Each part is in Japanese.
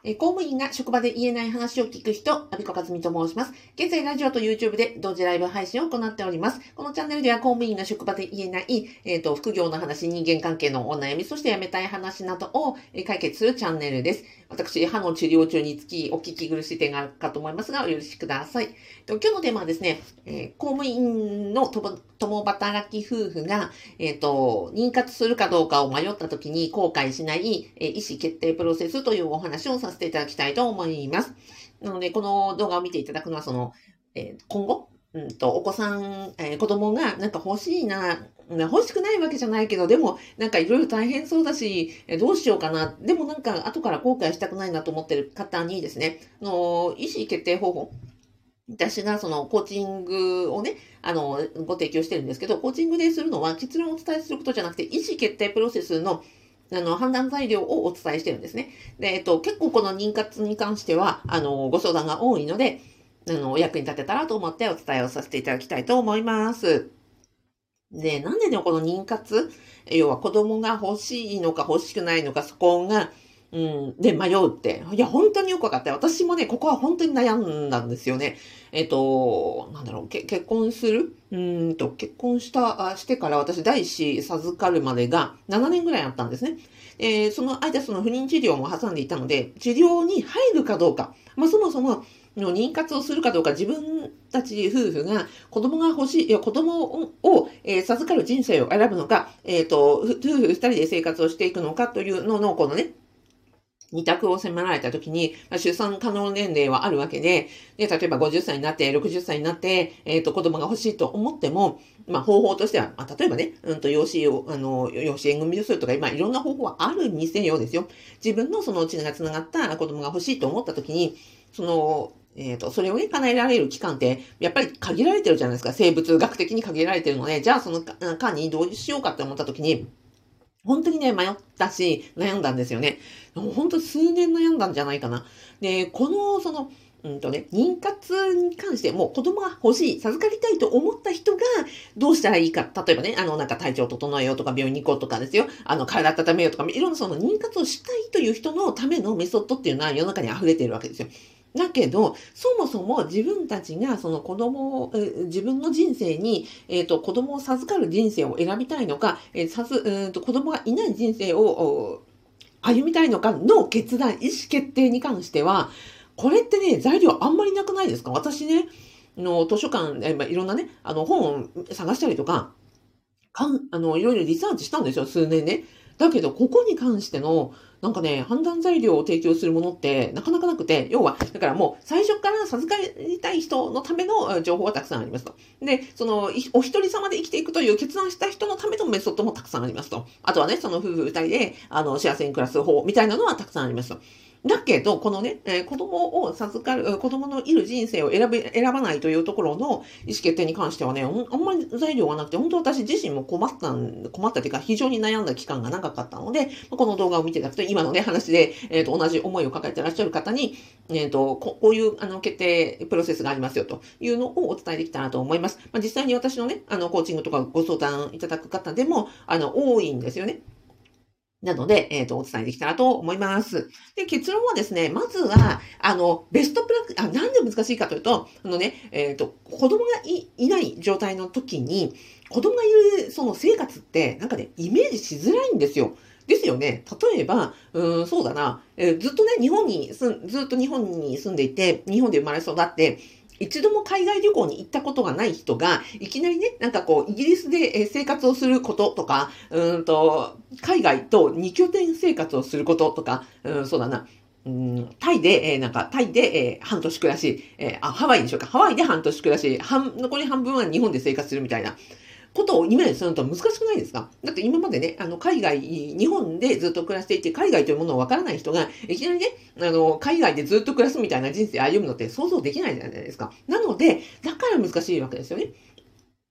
公務員が職場で言えない話を聞く人、阿比子和美と申します。現在、ラジオと YouTube で同時ライブ配信を行っております。このチャンネルでは公務員が職場で言えない、副業の話、人間関係のお悩み、そして辞めたい話などを解決するチャンネルです。私、歯の治療中につきお聞き苦しい点があるかと思いますが、お許しください。今日のテーマはですね、公務員の共働き夫婦が、妊活するかどうかを迷った時に後悔しない、意思決定プロセスというお話をさせていただきたいと思います。なので、この動画を見ていただくのは、今後、お子さん、子供がなんか欲しいな、欲しくないわけじゃないけど、でもなんかいろいろ大変そうだし、どうしようかな、でもなんか後から後悔したくないなと思ってる方にですね、意思決定方法、私がそのコーチングをね、ご提供してるんですけど、コーチングでするのは結論をお伝えすることじゃなくて、意思決定プロセスの判断材料をお伝えしてるんですね。で、結構この妊活に関しては、ご相談が多いので、お役に立てたらと思ってお伝えをさせていただきたいと思います。で、なんでね、この妊活、要は子供が欲しいのか欲しくないのか、そこが、で、迷うって。いや、本当によくわかった。私もね、ここは本当に悩んだんですよね。なんだろう、結婚する結婚してから私第一子授かるまでが7年ぐらいあったんですね。その間、その不妊治療も挟んでいたので、治療に入るかどうか。そもそも、妊活をするかどうか、自分たち夫婦が子供が欲しい、子供を、授かる人生を選ぶのか、夫婦二人で生活をしていくのかというのの、このね、二択を迫られたときに、出産可能年齢はあるわけで、例えば50歳になって、60歳になって、子供が欲しいと思っても、方法としては、例えばね、養子縁組をするとか、いろんな方法はあるにせよですよ。自分のその血が繋がった子供が欲しいと思ったときに、それをね、叶えられる期間って、やっぱり限られてるじゃないですか。生物学的に限られてるので、じゃあその間にどうしようかって思ったときに、本当にね、迷ったし、悩んだんですよね。本当数年悩んだんじゃないかな。で、妊活に関してもう子供が欲しい、授かりたいと思った人がどうしたらいいか。例えばね、なんか体調整えようとか病院に行こうとかですよ。体温めようとか、いろんなその妊活をしたいという人のためのメソッドっていうのは世の中に溢れているわけですよ。だけど、そもそも自分たちがその自分の人生に、子供を授かる人生を選びたいのか、子供がいない人生を歩みたいのかの決断、意思決定に関しては、これってね、材料あんまりなくないですか？私ね、図書館、いろんなね、本を探したりとか、いろいろリサーチしたんですよ、数年ね。だけど、ここに関しての、なんかね、判断材料を提供するものってなかなかなくて、要は、だからもう最初から授かりたい人のための情報はたくさんありますと。で、お一人様で生きていくという決断した人のためのメソッドもたくさんありますと。あとはね、その夫婦二人で、幸せに暮らす方みたいなのはたくさんありますと。だけど、このね、子供を授かる、子供のいる人生を選ばないというところの意思決定に関してはね、あんまり材料がなくて、本当私自身も困ったというか、非常に悩んだ期間が長かったので、この動画を見ていただくと、今のね、話で、同じ思いを抱えていらっしゃる方に、こういう、決定プロセスがありますよ、というのをお伝えできたらと思います。実際に私のね、コーチングとかご相談いただく方でも、多いんですよね。なので、お伝えできたらと思います。で、結論はですね、まずは、ベストプラク、なんで難しいかというと、子供がいない状態の時に、子供がいる、その生活って、なんかね、イメージしづらいんですよ。ですよね。例えば、そうだな、ずっとね、ずっと日本に住んでいて、日本で生まれ育って、一度も海外旅行に行ったことがない人が、いきなりね、なんかこう、イギリスで生活をすることとか、海外と二拠点生活をすることとか、そうだな、タイで、半年暮らし、ハワイでしょうか。ハワイで半年暮らし、残り半分は日本で生活するみたいなことをイメージすると難しくないですか？だって今までね、日本でずっと暮らしていて、海外というものをわからない人が、いきなりね、海外でずっと暮らすみたいな人生を歩むのって想像できないじゃないですか。なので、だから難しいわけですよね。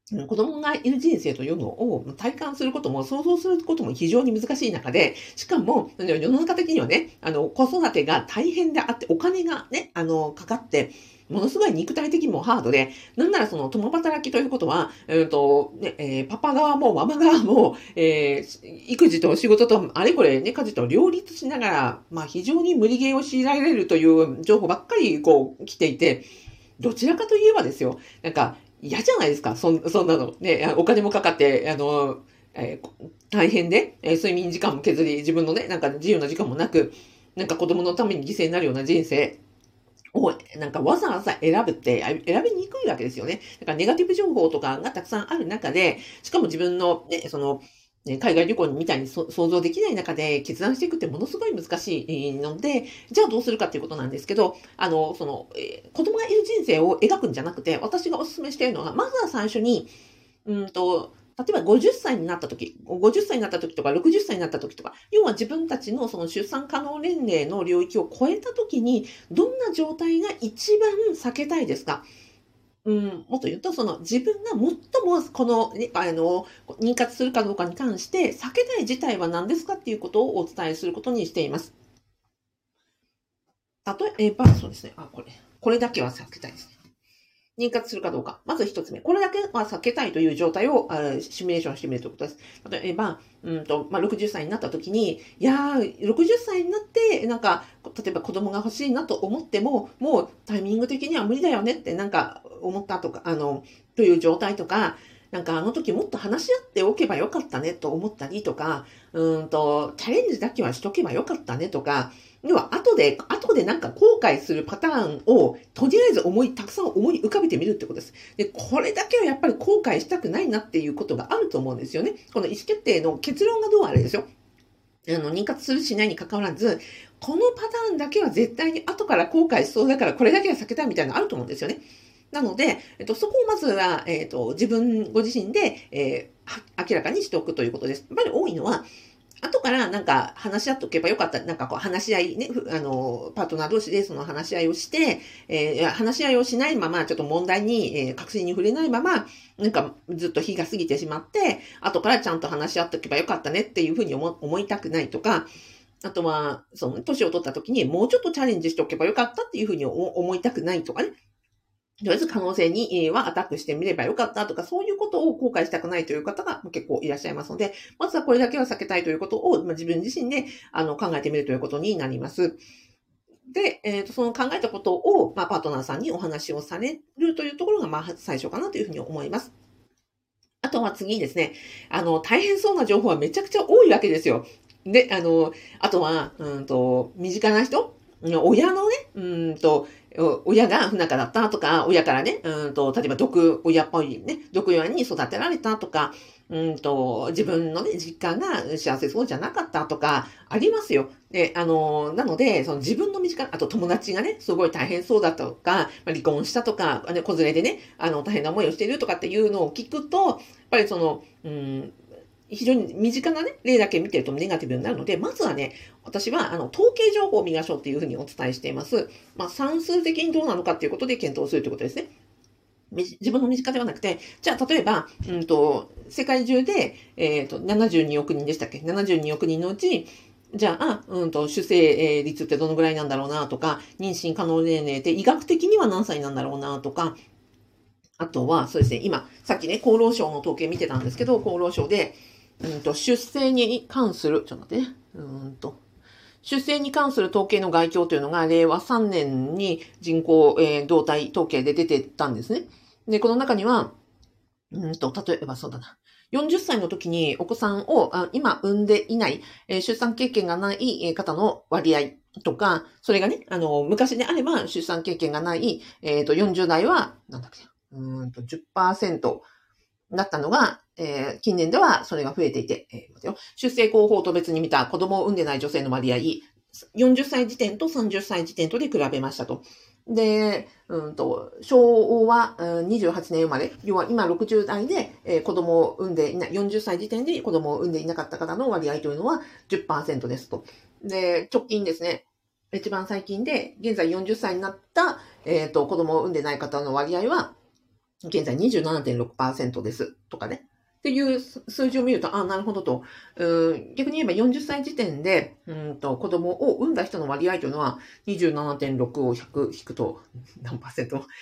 子供がいる人生というのを体感することも想像することも非常に難しい中で、しかも世の中的にはね、子育てが大変であって、お金がね、かかって、ものすごい肉体的にもハードで、なんならその共働きということは、パパ側もママ側も、育児と仕事とあれこれね、家事と両立しながら、非常に無理ゲーを強いられるという情報ばっかり来ていて、どちらかといえばですよ、なんか、嫌じゃないですか、そんなの。ね、お金もかかって、大変で、睡眠時間も削り、自分のね、なんか自由な時間もなく、なんか子供のために犠牲になるような人生を、なんかわざわざ選ぶって、選びにくいわけですよね。だからネガティブ情報とかがたくさんある中で、しかも自分のね、海外旅行みたいに想像できない中で決断していくってものすごい難しいので、じゃあどうするかっていうことなんですけど、子供がいる人生を描くんじゃなくて、私がお勧めしているのは、まずは最初に、例えば50歳になった時、50歳になった時とか60歳になった時とか、要は自分たちのその出産可能年齢の領域を超えた時に、どんな状態が一番避けたいですか？もっと言うと、その自分が最もこの、ね、妊活するかどうかに関して避けたい事態は何ですかっていうことをお伝えすることにしています。例えば、そうですね。これだけは避けたいですね。妊活するかどうか。まず一つ目。これだけは避けたいという状態をシミュレーションしてみるということです。例えば、60歳になった時に、いやー、60歳になって、なんか、例えば子供が欲しいなと思っても、もうタイミング的には無理だよねってなんか思ったとか、という状態とか、なんかあの時もっと話し合っておけばよかったねと思ったりとか、チャレンジだけはしとけばよかったねとか、要は後でなんか後悔するパターンを、とりあえずたくさん思い浮かべてみるってことです。で、これだけはやっぱり後悔したくないなっていうことがあると思うんですよね。この意思決定の結論がどうあれですよ。妊活するしないに関わらず、このパターンだけは絶対に後から後悔しそうだから、これだけは避けたいみたいなのあると思うんですよね。なので、そこをまずは、自分ご自身で、明らかにしておくということです。やっぱり多いのは、後からなんか話し合っておけばよかった。なんかこう話し合いね、パートナー同士でその話し合いをして、話し合いをしないまま、ちょっと問題に、確信に触れないまま、なんかずっと日が過ぎてしまって、後からちゃんと話し合っておけばよかったねっていうふうに思いたくないとか、あとは、その、年を取った時にもうちょっとチャレンジしておけばよかったっていうふうに思いたくないとかね。とりあえず可能性にはアタックしてみればよかったとか、そういうことを後悔したくないという方が結構いらっしゃいますので、まずはこれだけは避けたいということを自分自身で考えてみるということになります。で、その考えたことを、パートナーさんにお話をされるというところが、最初かなというふうに思います。あとは次ですね、大変そうな情報はめちゃくちゃ多いわけですよ。で、あとは、身近な人親のね、親が不仲だったとか、親からね、例えば毒親っぽいね、毒親に育てられたとか、自分のね、実家が幸せそうじゃなかったとか、ありますよ。で、なので、その自分の身近な、あと友達がね、すごい大変そうだったとか、離婚したとか、ね、子連れでね、大変な思いをしているとかっていうのを聞くと、やっぱり非常に身近なね、例だけ見てるとネガティブになるので、まずはね、私は、統計情報を見ましょうっていうふうにお伝えしています。算数的にどうなのかっていうことで検討するということですね。自分の身近ではなくて、じゃあ、例えば、世界中で、72億人でしたっけ ?72 億人のうち、じゃあ、出生率ってどのぐらいなんだろうなとか、妊娠可能年齢って医学的には何歳なんだろうなとか、あとは、そうですね、今、さっきね、厚労省の統計見てたんですけど、厚労省で、出生に関する、ちょっと待ってね、出生に関する統計の概況というのが、令和3年に人口、動態統計で出てたんですね。で、この中には、例えばそうだな。40歳の時にお子さんを今産んでいない、出産経験がない方の割合とか、それがね、昔であれば出産経験がない、40代は、なんだっけ、10%だったのが、近年ではそれが増えていて、出生候補と別に見た子供を産んでない女性の割合、40歳時点と30歳時点とで比べましたと。で、昭和28年生まれ、要は今60代で、子供を産んでいない、40歳時点で子供を産んでいなかった方の割合というのは 10% ですと。で、直近ですね、一番最近で、現在40歳になった、子供を産んでない方の割合は現在 27.6% です。とかね。っていう数字を見ると、なるほどと。逆に言えば40歳時点で、子供を産んだ人の割合というのは、27.6 を100引くと、何パーセント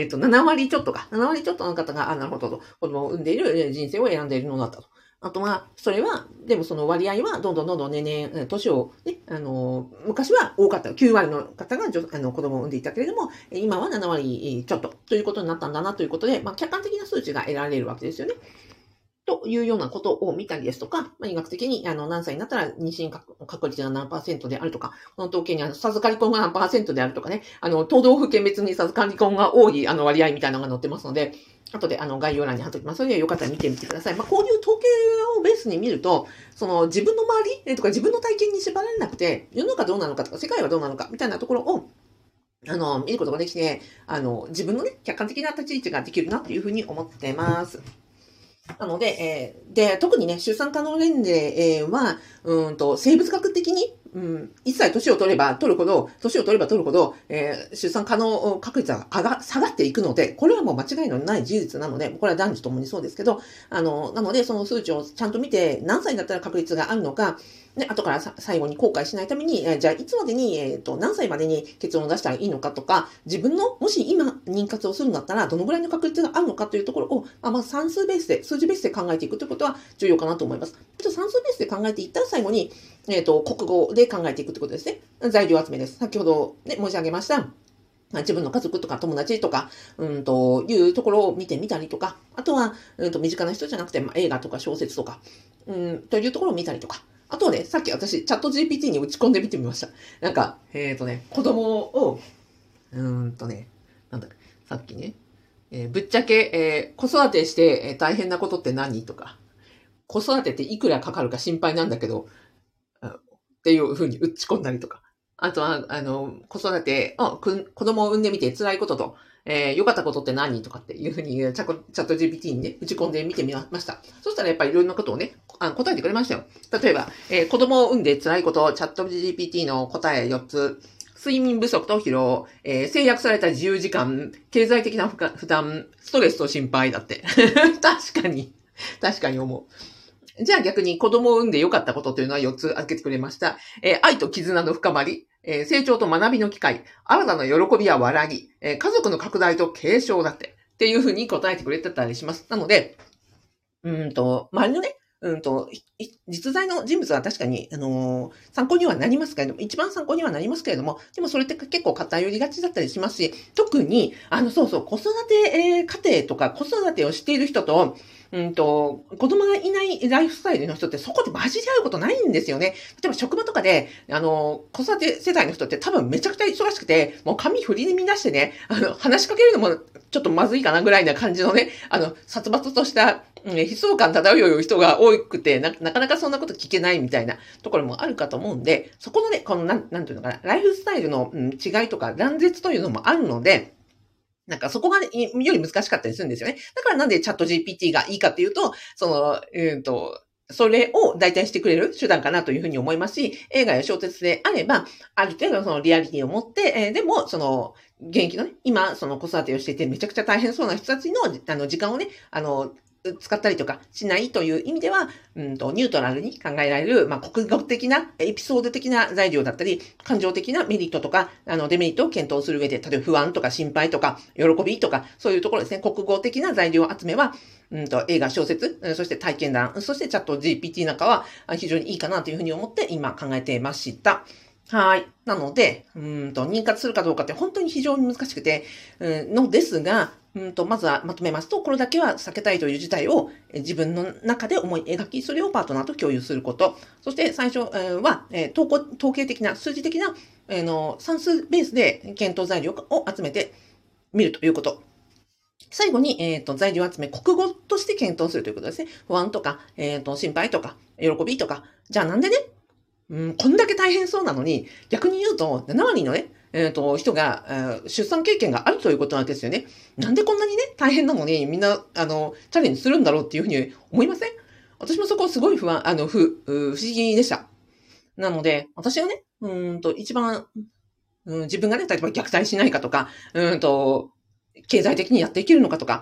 7割ちょっとか。7割ちょっとの方が、なるほどと。子供を産んでいる人生を選んでいるのだったと。あとは、それは、でもその割合は、どんどん年々、年を、ね、昔は多かった。9割の方が子供を産んでいたけれども、今は7割ちょっとということになったんだなということで、客観的な数値が得られるわけですよね。というようなことを見たりですとか、医学的に何歳になったら妊娠確率が何%であるとか、この統計に授かり婚が何%であるとかね、都道府県別に授かり婚が多い割合みたいなのが載ってますので、後で概要欄に貼っておきますので、よかったら見てみてください。こういう統計をベースに見ると、その自分の周りとか自分の体験に縛られなくて、世の中どうなのかとか、世界はどうなのかみたいなところを見ることができて、自分のね、客観的な立ち位置ができるなというふうに思ってます。なので、特にね、出産可能年齢は、生物学的に、一切年を取れば取るほど、出産可能確率が下がっていくので、これはもう間違いのない事実なので、これは男女ともにそうですけど、なので、その数値をちゃんと見て、何歳だったら確率があるのか、ね、後から最後に後悔しないために、じゃあいつまでに、何歳までに結論を出したらいいのかとか、自分の、もし今妊活をするんだったら、どのぐらいの確率があるのかというところを、まず算数ベースで、数字ベースで考えていくということは重要かなと思います。算数ベースで考えていったら最後に、国語で考えていくということですね。材料集めです。先ほどね、申し上げました。自分の家族とか友達とか、いうところを見てみたりとか、あとは、身近な人じゃなくて、映画とか小説とか、というところを見たりとか、あとはね、さっき私、チャット GPT に打ち込んでみてみました。なんか、子供を、なんだ、さっきね、ぶっちゃけ、子育てして、大変なことって何とか、子育てっていくらかかるか心配なんだけど、っていう風に打ち込んだりとか。あとは、子育て、子供を産んでみて辛いことと、良かったことって何とかっていう風にチャット GPT にね、打ち込んでみてみました。そしたらやっぱりいろんなことをね、答えてくれましたよ。例えば、子供を産んで辛いこと、チャット GPT の答え4つ。睡眠不足と疲労、制約された自由時間、経済的な負担、ストレスと心配だって。確かに思う。じゃあ逆に子供を産んで良かったことというのは4つ挙げてくれました。愛と絆の深まり、成長と学びの機会、新たな喜びや笑い、家族の拡大と継承だって。っていうふうに答えてくれてたりします。なので、周りのね、実在の人物は確かに、参考にはなりますけれども、一番参考にはなりますけれども、でもそれって結構偏りがちだったりしますし、特に、子育て、家庭とか子育てをしている人と、子供がいないライフスタイルの人ってそこで混じり合うことないんですよね。例えば職場とかで、子育て世代の人って多分めちゃくちゃ忙しくて、もう髪振り乱してね、話しかけるのもちょっとまずいかなぐらいな感じのね、殺伐とした、悲壮感漂う人が多くてなかなかそんなこと聞けないみたいなところもあるかと思うんで、そこのね、このなんていうのかな、ライフスタイルの違いとか断絶というのもあるので、なんかそこが、ね、より難しかったりするんですよね。だからなんでチャット GPT がいいかっていうと、それを代替してくれる手段かなというふうに思いますし、映画や小説であれば、ある程度そのリアリティを持って、でも、現役のね、今、その子育てをしていてめちゃくちゃ大変そうな人たちの、時間をね、使ったりとかしないという意味では、ニュートラルに考えられる、国語的な、エピソード的な材料だったり、感情的なメリットとか、デメリットを検討する上で、例えば不安とか心配とか、喜びとか、そういうところですね、国語的な材料集めは、映画、小説、そして体験談、そしてチャット GPT なんかは非常にいいかなというふうに思って今考えてました。はい。なので、妊活するかどうかって本当に非常に難しくて、のですが、まずはまとめますと、これだけは避けたいという事態を自分の中で思い描き、それをパートナーと共有すること。そして最初は、統計的な、数字的な、算数ベースで検討材料を集めてみるということ。最後に、材料集め、国語として検討するということですね。不安とか、心配とか、喜びとか。じゃあなんでね、こんだけ大変そうなのに、逆に言うと、7割のね、人が、出産経験があるということなんですよね。なんでこんなにね、大変なのに、みんな、チャレンジするんだろうっていうふうに思いません？私もそこすごい不思議でした。なので、私はね、一番、自分がね、例えば虐待しないかとか、経済的にやっていけるのかとか、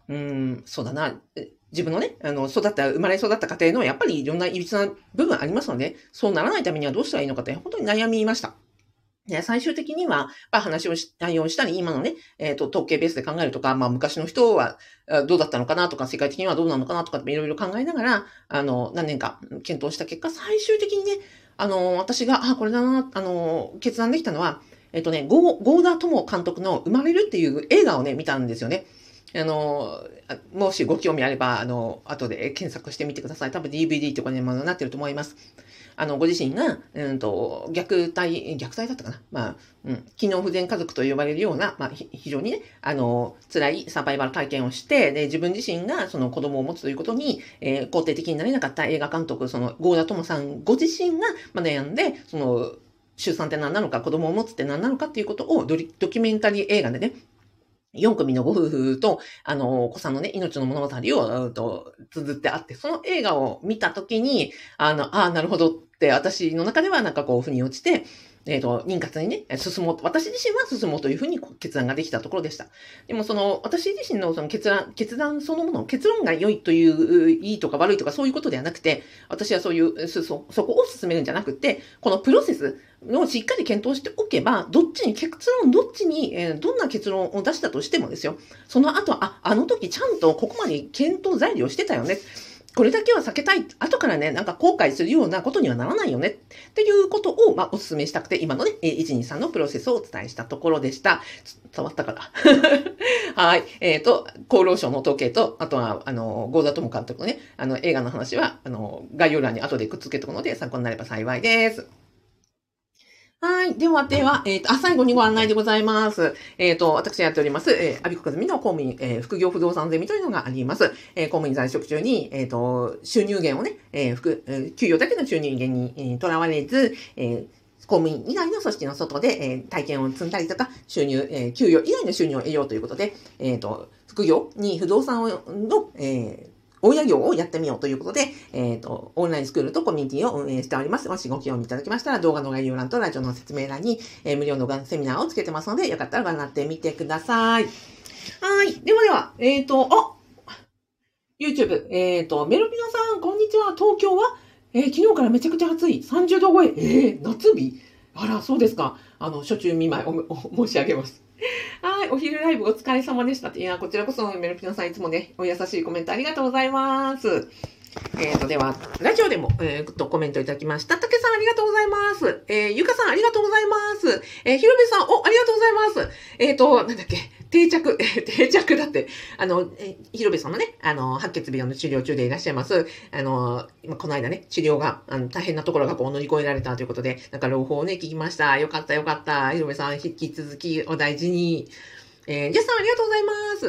そうだな。自分のね、生まれ育った家庭の、やっぱりいろんないびつな部分ありますので、そうならないためにはどうしたらいいのかって、本当に悩みました。で、最終的には、内容したり、今のね、統計ベースで考えるとか、昔の人はどうだったのかなとか、世界的にはどうなのかなとかっていろいろ考えながら、何年か検討した結果、最終的にね、私が、これだな、決断できたのは、ゴーダ・トモ監督の生まれるっていう映画をね、見たんですよね。もしご興味あれば、後で検索してみてください。多分 DVD とかにもなってると思います。ご自身が、虐待だったかな。機能不全家族と呼ばれるような、非常にね、辛いサバイバル体験をして、で、自分自身がその子供を持つということに、肯定的になれなかった映画監督、その、ゴーダ・トモさんご自身が、悩んで、その、出産って何なのか、子供を持つって何なのかっていうことをドキュメンタリー映画でね、4組のご夫婦と、お子さんのね、命の物語を、綴ってあって、その映画を見たときに、なるほどって、私の中ではなんかこう、腑に落ちて、妊活にね、私自身は進もうというふうに決断ができたところでした。でも私自身のその決断そのもの、結論が良いという、いいとか悪いとかそういうことではなくて、私はそういう、そこを進めるんじゃなくて、このプロセスをしっかり検討しておけば、どっちに、どんな結論を出したとしてもですよ、その後、あの時ちゃんとここまで検討材料してたよね。これだけは避けたい。後からね、なんか後悔するようなことにはならないよね。っていうことを、お勧めしたくて、今のね、123のプロセスをお伝えしたところでした。伝わったかなはい。厚労省の統計と、あとは、ゴーダ・トモ監督のね、映画の話は、概要欄に後でくっつけておくので、参考になれば幸いです。はい。では、最後にご案内でございます。私やっております、アビコカズミの公務員、副業不動産ゼミというのがあります。公務員在職中に、収入源をね、給与だけの収入源にとらわれず、公務員以外の組織の外で、体験を積んだりとか、給与以外の収入を得ようということで、副業に不動産の、大家業をやってみようということで、オンラインスクールとコミュニティを運営しております。もしご興味いただきましたら、動画の概要欄とラジオの説明欄に、無料のセミナーをつけてますので、よかったらご覧になってみてください。はい。では、YouTube、メロピノさん、こんにちは。東京は、昨日からめちゃくちゃ暑い。30度超え。夏日あら、そうですか。初中見舞い申し上げます。はい、お昼ライブお疲れ様でした。いや、こちらこそメルピノさんいつもね、お優しいコメントありがとうございます。では、ラジオでも、コメントいただきました。たけさんありがとうございます。ゆかさんありがとうございます。ひろべさん、ありがとうございます。なんだっけ、定着だって、ひろべさんもね、白血病の治療中でいらっしゃいます。この間ね、治療が、大変なところがこう乗り越えられたということで、なんか朗報をね、聞きました。よかった。ひろべさん、引き続きお大事に。ジャスさんありがとうございます。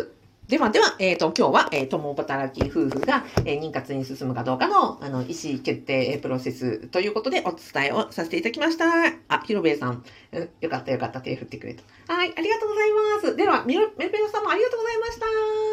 では、今日は、共働き夫婦が、妊活に進むかどうかの、意思決定プロセスということでお伝えをさせていただきました。ひろべえさん、よかった、手振ってくれと。はい、ありがとうございます。では、メルペロさんもありがとうございました。